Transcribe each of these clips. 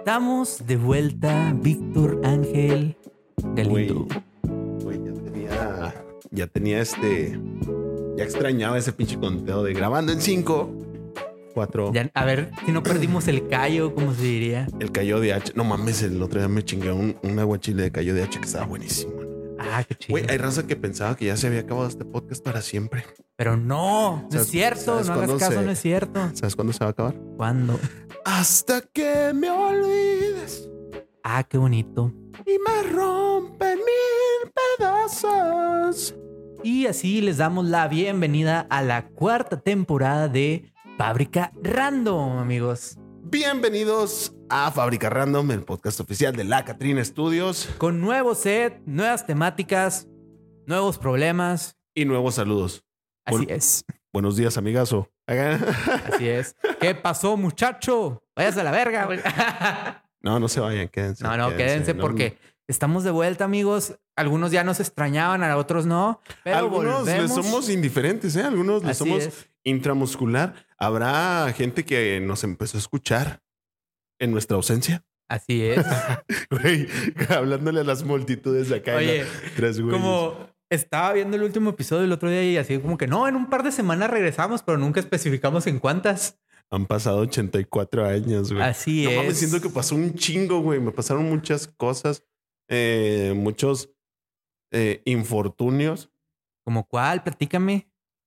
Estamos de vuelta, Víctor Ángel Galindo. Güey, ya extrañaba ese pinche conteo de grabando en 5, 4. Ya, a ver si no perdimos el callo, como se diría. El callo de H. No mames, el otro día me chingué un aguachile de callo de H que estaba buenísimo. Ah, qué chido. Güey, hay raza que pensaba que ya se había acabado este podcast para siempre. Pero no es cierto. No hagas caso, no es cierto. ¿Sabes cuándo se va a acabar? ¿Cuándo? Hasta que me olvides Ah, qué bonito. y me rompen mil pedazos. Y así les damos la bienvenida a la 4ª temporada de Fábrica Random, amigos. Bienvenidos a Fábrica Random, el podcast oficial de La Catrina Studios. Con nuevo set, nuevas temáticas, nuevos problemas. Y nuevos saludos. Así es. Buenos días, amigazo. Así es. ¿Qué pasó, muchacho? Váyase a la verga, güey. No se vayan, quédense. Quédense porque estamos de vuelta, amigos. Algunos ya nos extrañaban, a otros no. Pero algunos les somos indiferentes, ¿eh? Algunos les somos intramuscular. Habrá gente que nos empezó a escuchar en nuestra ausencia. Así es. Güey, hablándole a las multitudes de acá. Oye, como estaba viendo el último episodio el otro día y así como que no, en un par de semanas regresamos, pero nunca especificamos en cuántas. Han pasado 84 años, güey. Así es. No mames, siento que pasó un chingo, güey. Me pasaron muchas cosas, muchos infortunios. ¿Como cuál? Platícame.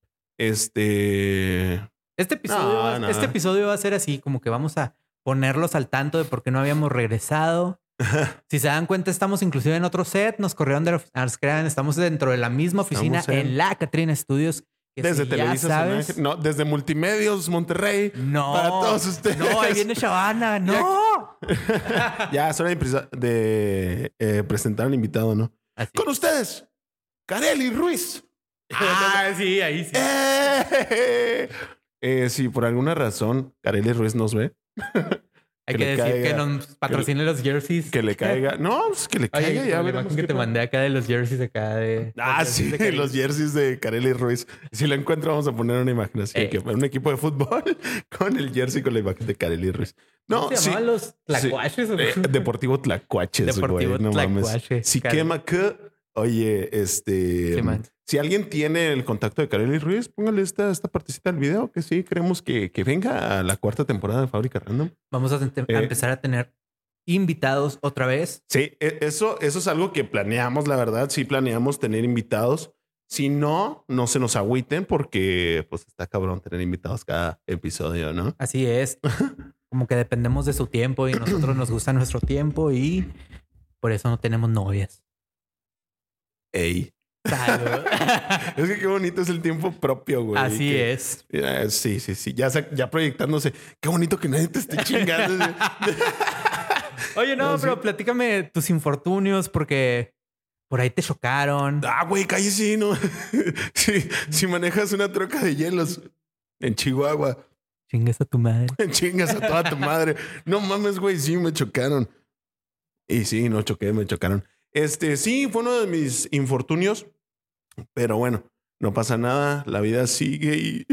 Este episodio va a ser así, como que vamos a ponerlos al tanto de por qué no habíamos regresado. Si se dan cuenta, estamos inclusive en otro set. Nos corrieron de estamos dentro de la misma oficina en La Catrina Studios. Desde si Televisa, no, desde Multimedios, Monterrey. No, para todos ustedes. No, ahí viene Shabana. No. Ya es hora de presentar al invitado, ¿no? Así. Con ustedes, Kareli Ruiz. Ah, sí, ahí sí. Si por alguna razón Kareli Ruiz nos ve. Hay que decir que nos patrocine los jerseys. Que le caiga. No, pues que le caiga. Oye, ya la imagen que te mandé acá de los jerseys acá de... Sí, los jerseys de Kareli Ruiz. Si lo encuentro, vamos a poner una imagen así. Que un equipo de fútbol con el jersey con la imagen de Kareli Ruiz. No, ¿se llamaban los Tlacuaches? Sí. Deportivo Tlacuaches, güey. No mames. Si quema que... Oye, si alguien tiene el contacto de Kareli Ruiz, póngale esta partecita del video, que sí, queremos que venga a la 4ª temporada de Fábrica Random. Vamos a empezar a tener invitados otra vez. Sí, eso es algo que planeamos, la verdad. Sí planeamos tener invitados. Si no se nos agüiten porque pues está cabrón tener invitados cada episodio, ¿no? Así es. Como que dependemos de su tiempo y nosotros nos gusta nuestro tiempo y por eso no tenemos novias. Ey. Es que qué bonito es el tiempo propio, güey. Así es. Sí. Ya proyectándose. Qué bonito que nadie te esté chingando. Oye, pero platícame tus infortunios porque por ahí te chocaron. Güey, cállese, ¿no? Si manejas una troca de hielos en Chihuahua. Chingas a tu madre. Chingas a toda tu madre. No mames, güey, sí, me chocaron. Y sí, no choqué, me chocaron. Sí, fue uno de mis infortunios, pero bueno, no pasa nada, la vida sigue y...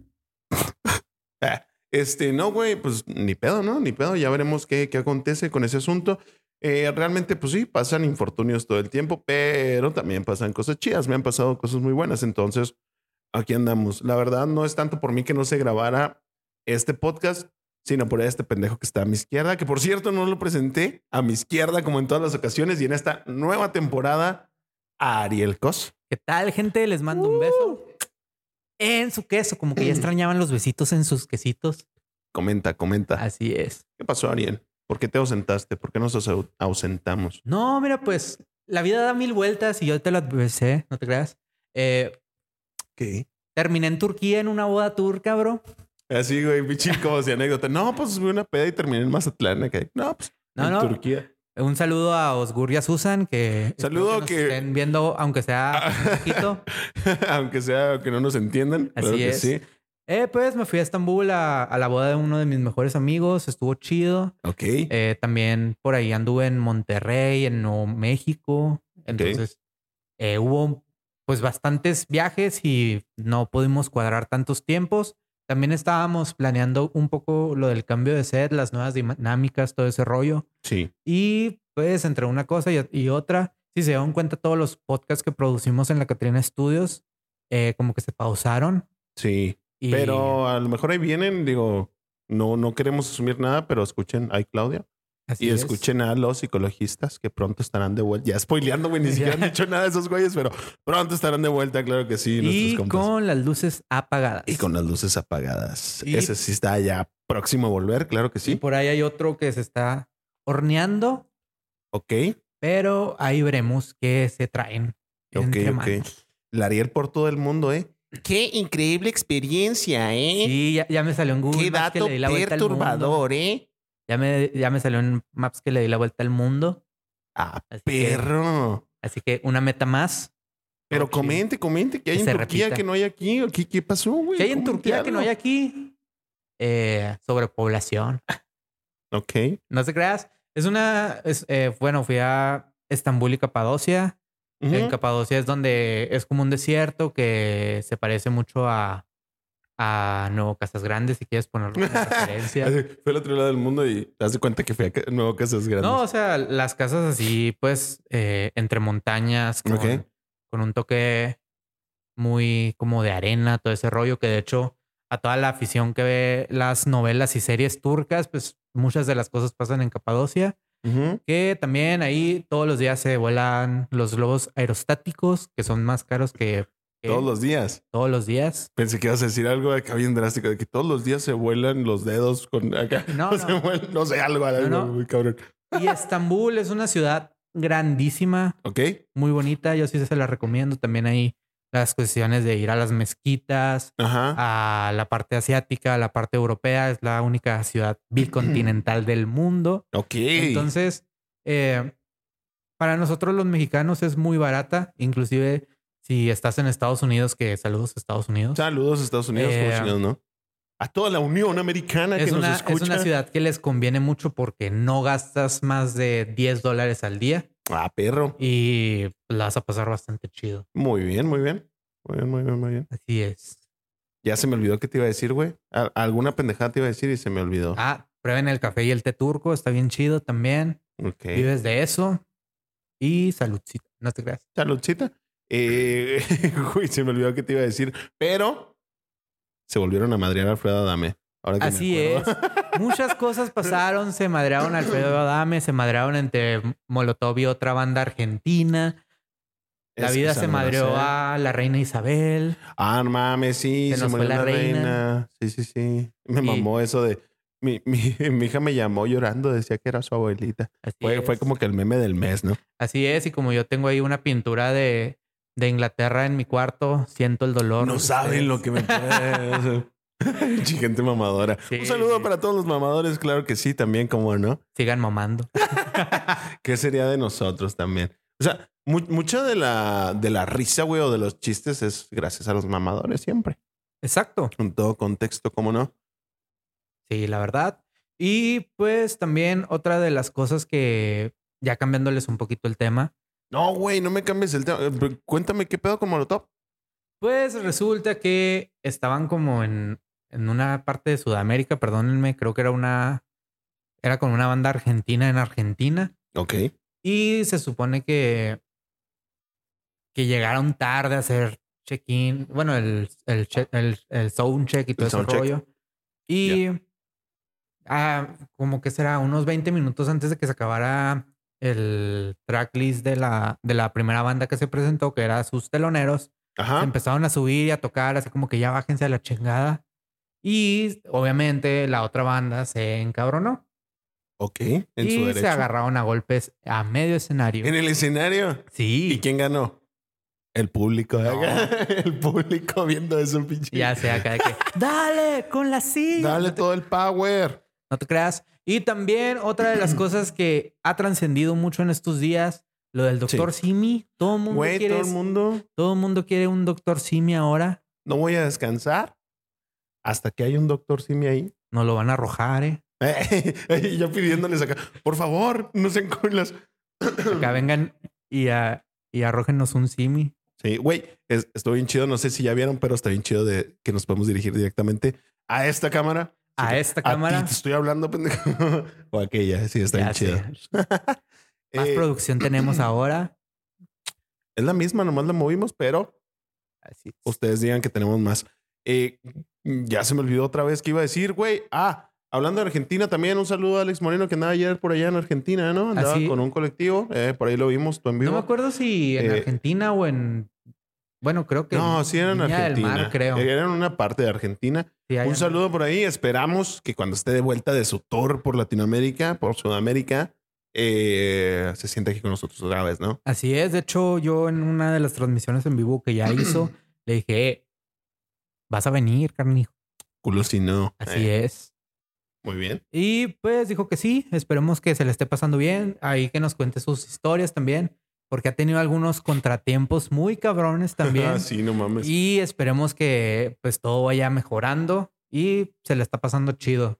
No, güey, pues ni pedo, ¿no? Ni pedo, ya veremos qué acontece con ese asunto. Realmente, pues sí, pasan infortunios todo el tiempo, pero también pasan cosas chidas, me han pasado cosas muy buenas, entonces aquí andamos. La verdad, no es tanto por mí que no se grabara este podcast, sino por este pendejo que está a mi izquierda, que por cierto no lo presenté a mi izquierda como en todas las ocasiones, y en esta nueva temporada a Ariel Cos. ¿Qué tal, gente? Les mando un beso en su queso, como que ya extrañaban los besitos en sus quesitos. Comenta. Así es. ¿Qué pasó, Ariel? ¿Por qué te ausentaste? ¿Por qué nos ausentamos? No, mira, pues la vida da 1000 vueltas y yo te lo advertí, no te creas. ¿Qué? Terminé en Turquía en una boda turca, bro. Así, güey, bichi, como si anécdota. No, pues fui una peda y terminé en Mazatlán. No, pues en Turquía. Un saludo a Osgur y a Susan, que saludo que estén viendo, aunque sea un poquito. Aunque sea que no nos entiendan. Así es. Sí. Pues me fui a Estambul a la boda de uno de mis mejores amigos. Estuvo chido. Ok. También por ahí anduve en Monterrey, en Nuevo México. Entonces hubo pues bastantes viajes y no pudimos cuadrar tantos tiempos. también estábamos planeando un poco lo del cambio de set, las nuevas dinámicas, todo ese rollo. Sí. Y pues entre una cosa y otra, si se dan cuenta, todos los podcasts que producimos en la Catrina Studios, como que se pausaron. Sí. Y Pero a lo mejor ahí vienen, digo, no queremos asumir nada, pero escuchen, ay, Claudia. así Y es. escuchen a los psicologistas que pronto estarán de vuelta. Ya spoileando, güey, ni siquiera han dicho nada de esos güeyes, pero pronto estarán de vuelta, claro que sí. Y Compas. con las luces apagadas. Y con las luces apagadas. Y- Ese sí está ya próximo a volver, claro que Y sí. por ahí hay otro que se está horneando, Ok, pero ahí veremos qué se traen. entre manos. La Ariel por todo el mundo, ¿eh? Qué increíble experiencia, ¿eh? Sí, ya me salió en Google Qué Maps que dato le di la vuelta al mundo. perturbador, ¿eh? Ya me salió en Maps que le di la vuelta al mundo. Ah, Así perro. Así que una meta más. Pero Todo chido. comente que hay en se Turquía repita. que no hay aquí. ¿Qué pasó, güey? ¿Qué hay en Comente Turquía que no hay algo. aquí? Sobrepoblación. Ok. No te creas. Bueno, fui a Estambul y Capadocia. Ujú. En Capadocia es donde es como un desierto que se parece mucho a Nuevo Casas Grandes, si quieres ponerlo como referencia. Fue al otro lado del mundo y te das cuenta que fue a Nuevo Casas Grandes. No, o sea, las casas así, pues, entre montañas, Ok. con un toque muy como de arena, todo ese rollo, que de hecho a toda la afición que ve las novelas y series turcas, pues muchas de las cosas pasan en Capadocia, Ujú. que también ahí todos los días se vuelan los globos aerostáticos, que son más caros que Todos los días. todos los días. Pensé que ibas a decir algo acá bien drástico, de que todos los días se vuelan los dedos con acá. No, O se no. vuelan- no sé, algo No. muy cabrón. Y Estambul es una ciudad grandísima, Ok. muy bonita, yo sí se la recomiendo. También hay las cuestiones de ir a las mezquitas, Ajá. a la parte asiática, a la parte europea. Es la única ciudad bicontinental del mundo. Ok. Entonces, para nosotros los mexicanos es muy barata. Inclusive si estás en Estados Unidos, que saludos a Estados Unidos. Saludos a Estados Unidos, como chingados, ¿no? A toda la Unión Americana que nos escucha. Es una ciudad que les conviene mucho porque no gastas más de $10 al día Ah, perro. y la vas a pasar bastante chido. Muy bien, muy bien. Muy bien, muy bien, muy bien. Así es. Ya se me olvidó qué te iba a decir, güey. Alguna pendejada te iba a decir y se me olvidó. Prueben el café y el té turco, está bien chido también. Ok. Vives de eso. Y saludcita, no te creas. Saludcita. Güey, se me olvidó qué te iba a decir. Pero se volvieron a madrear a Alfredo Adame. Ahora que Así me es. acuerdo. Muchas cosas pasaron. Se madrearon Alfredo Adame, se madrearon entre Molotov y otra banda argentina. La vida Esa se no me la madreó sé. a la reina Isabel. Ah, no mames, sí. Se nos murió fue la reina. Sí. Me mamó eso de... Mi hija me llamó llorando, decía que era su abuelita. Así Fue es. como que el meme del mes, ¿no? Así es. Y como yo tengo ahí una pintura de Inglaterra en mi cuarto, siento el dolor. No saben lo que me puede. Gente mamadora. Sí, Un saludo sí. para todos los mamadores, claro que sí, también, como no. Sigan mamando. ¿Qué sería de nosotros también? O sea, mucha de la risa, güey, o de los chistes es gracias a los mamadores siempre. Exacto. En todo contexto, ¿cómo no? Sí, la verdad. Y pues también otra de las cosas que, ya cambiándoles un poquito el tema, No, güey, no me cambies el tema. Cuéntame qué pedo con Molotov. pues resulta que estaban como en una parte de Sudamérica, perdónenme, creo que era con una banda argentina en Argentina. Ok. Y se supone que llegaron tarde a hacer check-in, bueno, el sound check y todo ese soundcheck. rollo. Y como que será unos 20 minutos antes de que se acabara el tracklist de la primera banda que se presentó, que era sus teloneros, se Ajá. empezaron a subir y a tocar, así como que ya bájense a la chingada. Y obviamente la otra banda se encabronó. Ok. En su Y derecho. se agarraron a golpes a medio escenario. En el escenario. Sí. ¿Y quién ganó? El público. No. El público viendo eso, pinche. Ya sea acá de que, dale, con la silla. Dale todo el power. No te creas. Y también otra de las cosas que ha trascendido mucho en estos días, lo del doctor Simi. Todo el mundo Güey, quiere. Todo el mundo quiere un doctor Simi ahora. No voy a descansar hasta que haya un doctor Simi ahí. Nos lo van a arrojar, Y yo pidiéndoles acá, por favor, no sean culas. Acá vengan y arrójenos un Simi. Sí, güey, estuvo bien chido. No sé si ya vieron, pero está bien chido de que nos podemos dirigir directamente a esta cámara. A esta cámara. A ti te estoy hablando, pendejo. O aquella, sí, está bien chido. Más producción tenemos ahora. Es la misma, nomás la movimos, pero así es. Ustedes digan que tenemos más. Ya se me olvidó otra vez que iba a decir, güey. Hablando de Argentina también, un saludo a Alex Moreno que andaba ayer por allá en Argentina, ¿no? Andaba con un colectivo. Por ahí lo vimos, tú en vivo. No me acuerdo si en Argentina o en... Bueno, creo que... No, sí eran en Argentina. Del Mar, creo. Eran una parte de Argentina. Sí, un saludo por ahí. Esperamos que cuando esté de vuelta de su tour por Latinoamérica, por Sudamérica, se sienta aquí con nosotros otra vez, ¿no? Así es. De hecho, yo en una de las transmisiones en vivo que ya hizo, le dije, vas a venir, carnijo. Culo si no. Así es. Muy bien. Y pues dijo que sí. Esperemos que se le esté pasando bien. Ahí que nos cuente sus historias también. Porque ha tenido algunos contratiempos muy cabrones también. Sí, no mames. Y esperemos que pues todo vaya mejorando y se le está pasando chido.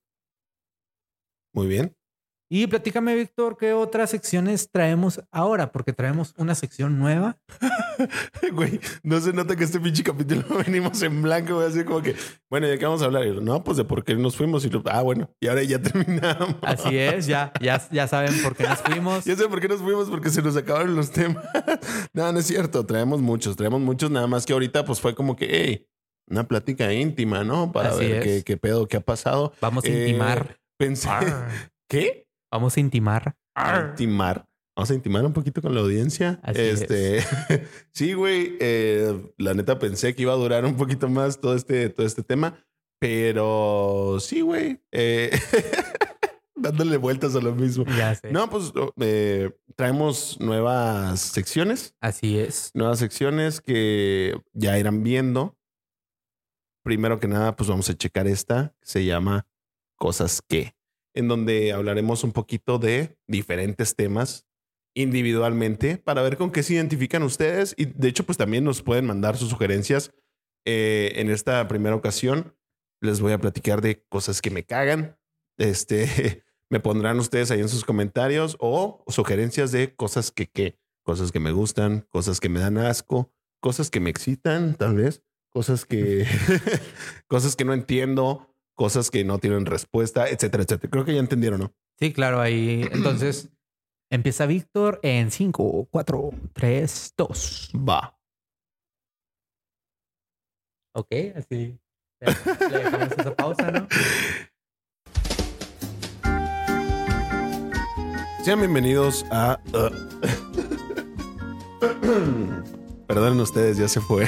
Muy bien. Y platícame, Víctor, ¿qué otras secciones traemos ahora? Porque traemos una sección nueva. Güey, no se nota que este pinche capítulo venimos en blanco, güey, así como que, bueno, ¿de qué vamos a hablar? Y yo, no, pues de por qué nos fuimos. Y yo, bueno, y ahora ya terminamos. Así es, ya saben por qué nos fuimos. Ya sé por qué nos fuimos, porque se nos acabaron los temas. No es cierto, traemos muchos, nada más que ahorita pues fue como que, hey, una plática íntima, ¿no? Para así ver qué pedo, qué ha pasado. Vamos a intimar. Pensé, ¿qué? Vamos a intimar. Vamos a intimar un poquito con la audiencia. Así es. Sí, güey. La neta pensé que iba a durar un poquito más todo este tema. Pero sí, güey. Dándole vueltas a lo mismo. Ya sé. No, pues traemos nuevas secciones. Así es. Nuevas secciones que ya irán viendo. Primero que nada, pues vamos a checar esta. Que se llama Cosas que, en donde hablaremos un poquito de diferentes temas individualmente para ver con qué se identifican ustedes. Y de hecho, pues también nos pueden mandar sus sugerencias. En esta primera ocasión les voy a platicar de cosas que me cagan. Me pondrán ustedes ahí en sus comentarios o sugerencias de cosas que cosas que me gustan, cosas que me dan asco, cosas que me excitan, tal vez, cosas que cosas que no entiendo, cosas que no tienen respuesta, etcétera, etcétera. Creo que ya entendieron, ¿no? Sí, claro, ahí. Entonces, empieza Víctor en 5, 4, 3, 2. Va. Ok, así. Le dejamos esa pausa, ¿no? Sean bienvenidos a... Perdonen ustedes, ya se fue.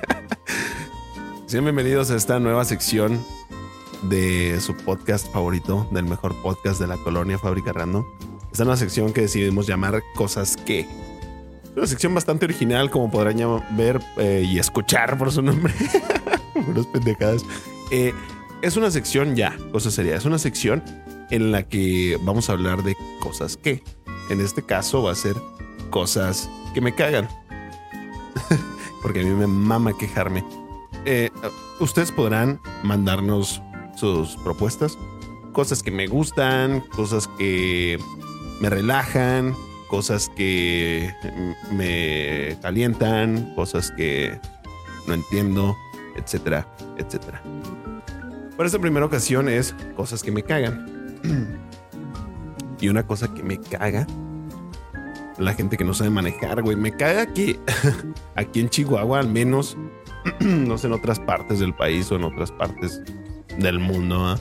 Sean bienvenidos a esta nueva sección de su podcast favorito, del mejor podcast de la colonia Fábrica Random. Esta nueva sección que decidimos llamar Cosas que. Es una sección bastante original, como podrán ver y escuchar por su nombre. Unas pendejadas. Es una sección cosa seria. Es una sección en la que vamos a hablar de cosas que. En este caso va a ser cosas que me cagan. Porque a mí me mama quejarme. Ustedes podrán mandarnos sus propuestas, cosas que me gustan, cosas que me relajan, cosas que me calientan, cosas que no entiendo, etcétera, etcétera. Para esta primera ocasión es cosas que me cagan. Y una cosa que me caga, la gente que no sabe manejar, güey. Me caga que aquí en Chihuahua, al menos, no sé, en otras partes del país o en otras partes del mundo,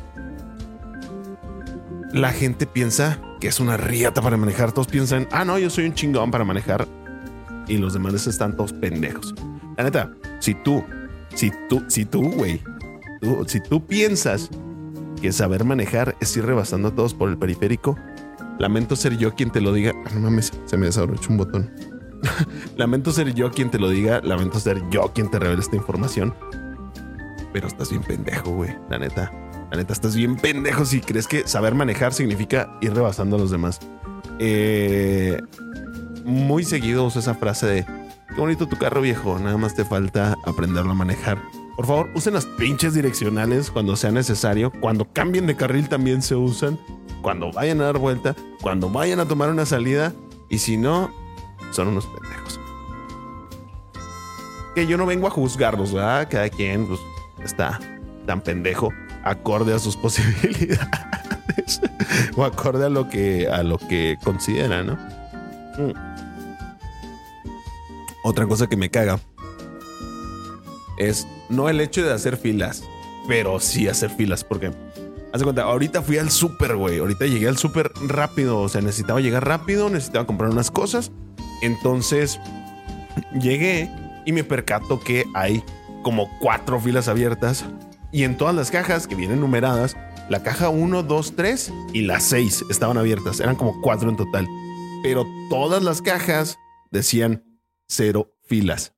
la gente piensa que es una riata para manejar. Todos piensan, no, yo soy un chingón para manejar. Y los demás están todos pendejos. La neta, si tú, güey, si tú piensas que saber manejar es ir rebasando a todos por el periférico, lamento ser yo quien te lo diga. No mames, se me desabrochó un botón. Lamento ser yo quien te lo diga. Lamento ser yo quien te revele esta información. Pero estás bien pendejo, güey. La neta, estás bien pendejo si crees que saber manejar significa ir rebasando a los demás. Muy seguido uso esa frase de qué bonito tu carro, viejo. Nada más te falta aprenderlo a manejar. Por favor, usen las pinches direccionales cuando sea necesario. Cuando cambien de carril también se usan. Cuando vayan a dar vuelta. Cuando vayan a tomar una salida. Y si no, son unos pendejos. que yo no vengo a juzgarlos, ¿verdad? Cada quien pues, está tan pendejo acorde a sus posibilidades o acorde a lo que considera, ¿no? Otra cosa que me caga es no el hecho de hacer filas, pero sí hacer filas, porque haz de cuenta, ahorita fui al súper, güey. Ahorita llegué al súper rápido. O sea, necesitaba llegar rápido, necesitaba comprar unas cosas. Entonces llegué y me percato que hay como 4 filas abiertas. Y en todas las cajas que vienen numeradas, la caja 1, 2, 3 y las 6 estaban abiertas. Eran como 4 en total. Pero todas las cajas decían 0 filas.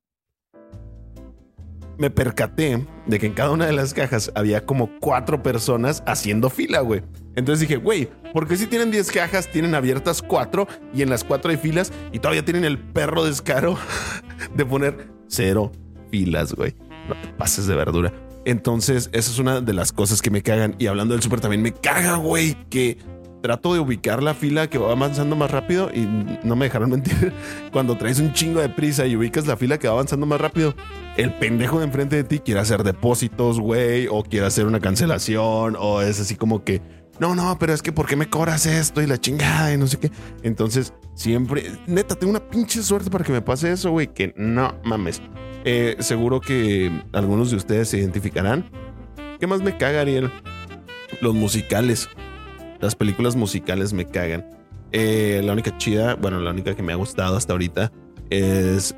Me percaté de que en cada una de las cajas había como 4 personas haciendo fila, güey. Entonces dije, güey, ¿por qué si tienen 10 cajas, tienen abiertas 4 y en las 4 hay filas y todavía tienen el perro descaro de poner 0 filas, güey? No te pases de verdura. Entonces, esa es una de las cosas que me cagan. Y hablando del súper también me caga, güey, que trato de ubicar la fila que va avanzando más rápido y no me dejaron mentir. Cuando traes un chingo de prisa y ubicas la fila que va avanzando más rápido, el pendejo de enfrente de ti quiere hacer depósitos, güey, o quiere hacer una cancelación, o es así como que no, pero es que ¿por qué me cobras esto y la chingada y no sé qué? Entonces, siempre, neta, tengo una pinche suerte para que me pase eso, güey, que no mames. Seguro que algunos de ustedes se identificarán. ¿Qué más me caga, Ariel? Los musicales. Las películas musicales me cagan. La única chida, bueno, la única que me ha gustado hasta ahorita es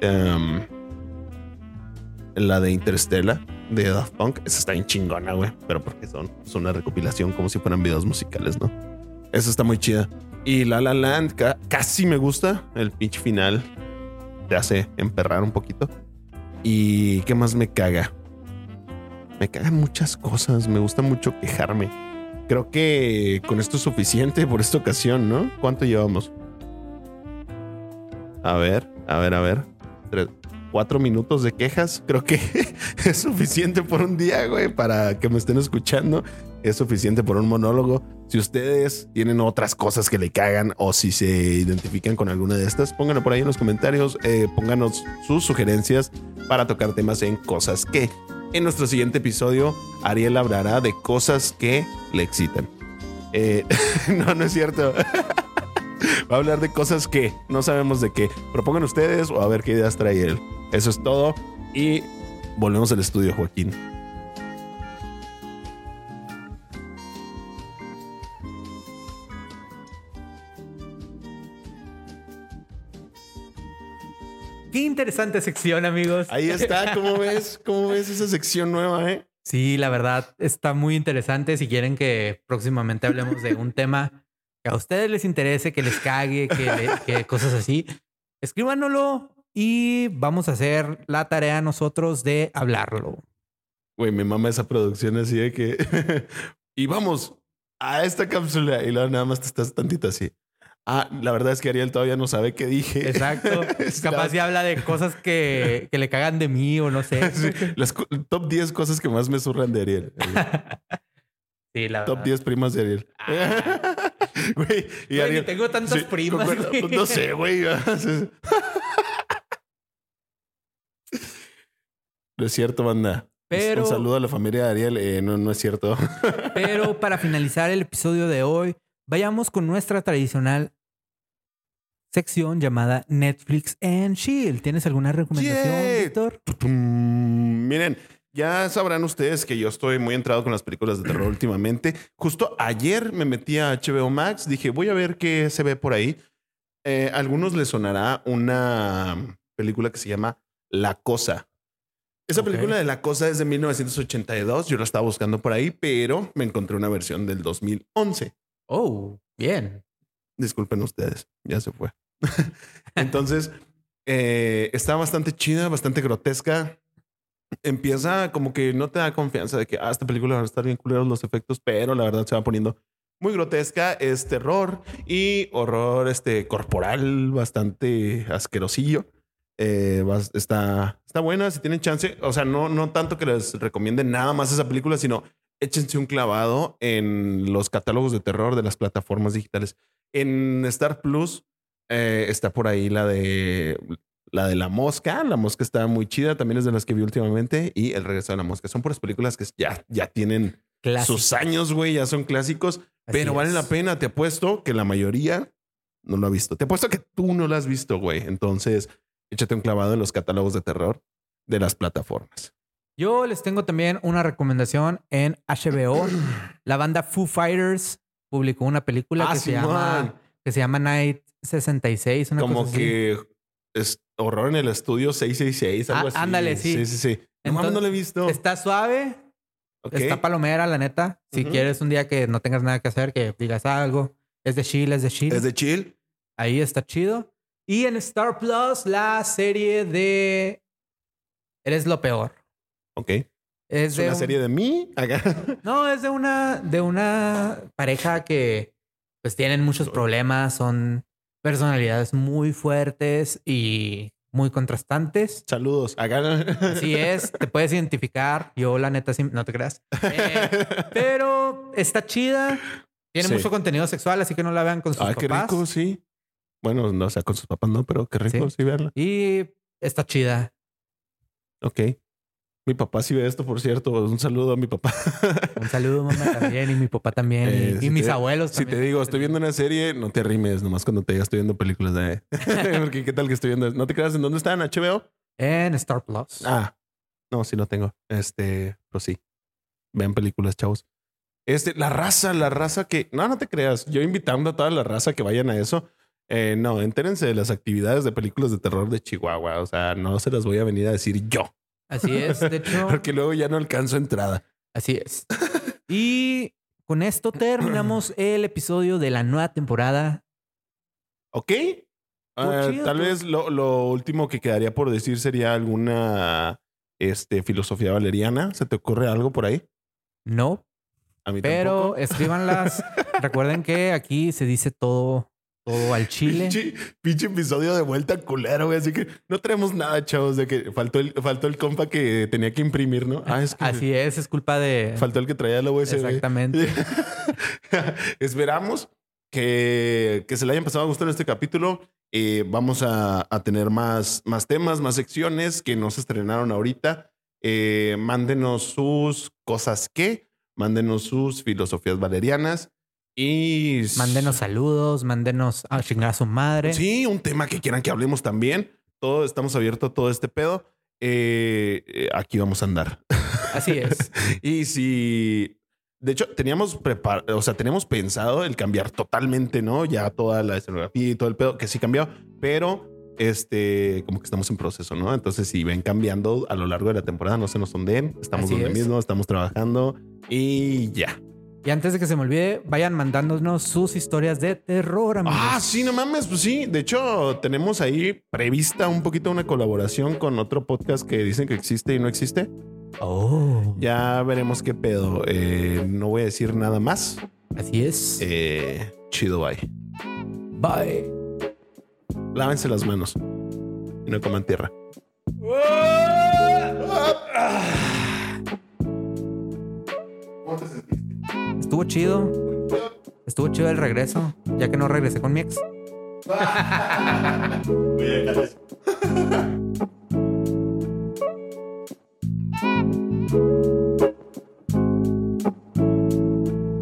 la de Interstellar de Daft Punk. Esa está bien chingona, güey. Pero porque son una recopilación como si fueran videos musicales, ¿no? Esa está muy chida. Y La La Land casi me gusta. El pitch final te hace emperrar un poquito. ¿Y qué más me caga? Me cagan muchas cosas. Me gusta mucho quejarme. Creo que con esto es suficiente por esta ocasión, ¿no? ¿Cuánto llevamos? A ver. 4 minutos de quejas. Creo que es suficiente por un día, güey, para que me estén escuchando. Es suficiente por un monólogo. Si ustedes tienen otras cosas que le cagan o si se identifican con alguna de estas, pónganlo por ahí en los comentarios. Pónganos sus sugerencias para tocar temas en Cosas Que. En nuestro siguiente episodio, Ariel hablará de cosas que le excitan. No es cierto. Va a hablar de cosas que no sabemos de qué. Propongan ustedes o a ver qué ideas trae él. Eso es todo. Y volvemos al estudio, Joaquín. Qué interesante sección, amigos. Ahí está. ¿Cómo ves? ¿Cómo ves esa sección nueva, eh? Sí, la verdad está muy interesante. Si quieren que próximamente hablemos de un tema que a ustedes les interese, que les cague, que cosas así, escríbanoslo y vamos a hacer la tarea nosotros de hablarlo. Güey, me mama esa producción así de que... y vamos a esta cápsula y luego nada más te estás tantito así. La verdad es que Ariel todavía no sabe qué dije. Exacto. Capaz si habla de cosas que le cagan de mí o no sé. Sí, las top 10 cosas que más me zurran de Ariel. Sí, la top verdad. 10 primas de Ariel. Güey, y Ariel, tengo tantas sí, primas. Pues no sé, güey. No es cierto, banda. Pero, un saludo a la familia de Ariel. No es cierto. Pero para finalizar el episodio de hoy, vayamos con nuestra tradicional sección llamada Netflix and Chill. ¿Tienes alguna recomendación, Víctor? Miren, ya sabrán ustedes que yo estoy muy entrado con las películas de terror últimamente. Justo ayer me metí a HBO Max. Dije, voy a ver qué se ve por ahí. A algunos les sonará una película que se llama La Cosa. Esa película de La Cosa es de 1982. Yo la estaba buscando por ahí, pero me encontré una versión del 2011. Oh, bien. Disculpen ustedes, ya se fue. Entonces, está bastante chida, bastante grotesca. Empieza como que no te da confianza de que esta película van a estar bien culeros los efectos, pero la verdad se va poniendo muy grotesca. Es terror y horror corporal bastante asquerosillo. Está buena si tienen chance. O sea, no tanto que les recomienden nada más esa película, sino échense un clavado en los catálogos de terror de las plataformas digitales. En Star Plus está por ahí la de La de La Mosca. La Mosca está muy chida. También es de las que vi últimamente. Y El Regreso de la Mosca. Son puras películas que ya tienen sus años, güey. Ya son clásicos. Pero vale la pena. Te apuesto que la mayoría no lo ha visto. Te apuesto que tú no lo has visto, güey. Entonces, échate un clavado en los catálogos de terror de las plataformas. Yo les tengo también una recomendación en HBO. La banda Foo Fighters publicó una película que se llama Night 66. Como que es horror en el estudio 666, algo así. Ándale, sí. Sí. No lo he visto. Está suave. Okay. Está palomera, la neta. Si quieres un día que no tengas nada que hacer, que digas algo. Es de chill. ¿Es de chill? Ahí está chido. Y en Star Plus, la serie de Eres lo peor. Ok. ¿Es una serie de mí? No, es de una pareja que pues tienen muchos problemas, son personalidades muy fuertes y muy contrastantes. Saludos. Así es, te puedes identificar. Yo la neta no te creas. Pero está chida. Tiene mucho contenido sexual, así que no la vean con sus papás. Qué rico, sí. Bueno, no, o sea, con sus papás no, pero qué rico sí verla. Y está chida. Ok. Mi papá sí ve esto, por cierto. Un saludo a mi papá. Un saludo, mamá, también. Y mi papá también. Y mis abuelos también. Si te digo, estoy viendo una serie, no te arrimes. Nomás cuando te diga estoy viendo películas de... Porque qué tal que estoy viendo... ¿No te creas en dónde está? ¿En HBO? En Star Plus. No, sí lo tengo. Pues sí. Vean películas, chavos. La raza que... No te creas. Yo invitando a toda la raza que vayan a eso. No, entérense de las actividades de películas de terror de Chihuahua. O sea, no se las voy a venir a decir yo. Así es, de hecho. Porque luego ya no alcanzo entrada. Así es. Y con esto terminamos el episodio de la nueva temporada. Ok. Tal vez lo último que quedaría por decir sería alguna filosofía valeriana. ¿Se te ocurre algo por ahí? No. A mí pero tampoco. Escríbanlas. Recuerden que aquí se dice todo al chile. Pinche episodio de vuelta culero, güey. Así que no tenemos nada, chavos, de que faltó el compa que tenía que imprimir, ¿no? Así es culpa de... Faltó el que traía la USB. Exactamente. Esperamos que se le hayan pasado a gustar este capítulo. Vamos a tener más temas, más secciones que no se estrenaron ahorita. Mándenos sus cosas mándenos sus filosofías valerianas. Y mándenos saludos, mándenos a chingar a su madre. Sí, un tema que quieran que hablemos también. Estamos abiertos a todo este pedo. Aquí vamos a andar. Así es. Y si... De hecho, teníamos pensado el cambiar totalmente, ¿no? Ya toda la escenografía y todo el pedo, que sí cambió. Pero como que estamos en proceso, ¿no? Entonces, si ven cambiando a lo largo de la temporada, no se nos ondeen. Estamos donde mismo, estamos trabajando y ya. Y antes de que se me olvide, vayan mandándonos sus historias de terror, amigos. Sí, no mames, pues sí. De hecho, tenemos ahí prevista un poquito una colaboración con otro podcast que dicen que existe y no existe. Ya veremos qué pedo. No voy a decir nada más. Así es. Chido, bye. Bye. Lávense las manos y no coman tierra. ¿Cómo te sentiste? Estuvo chido el regreso, ya que no regresé con mi ex.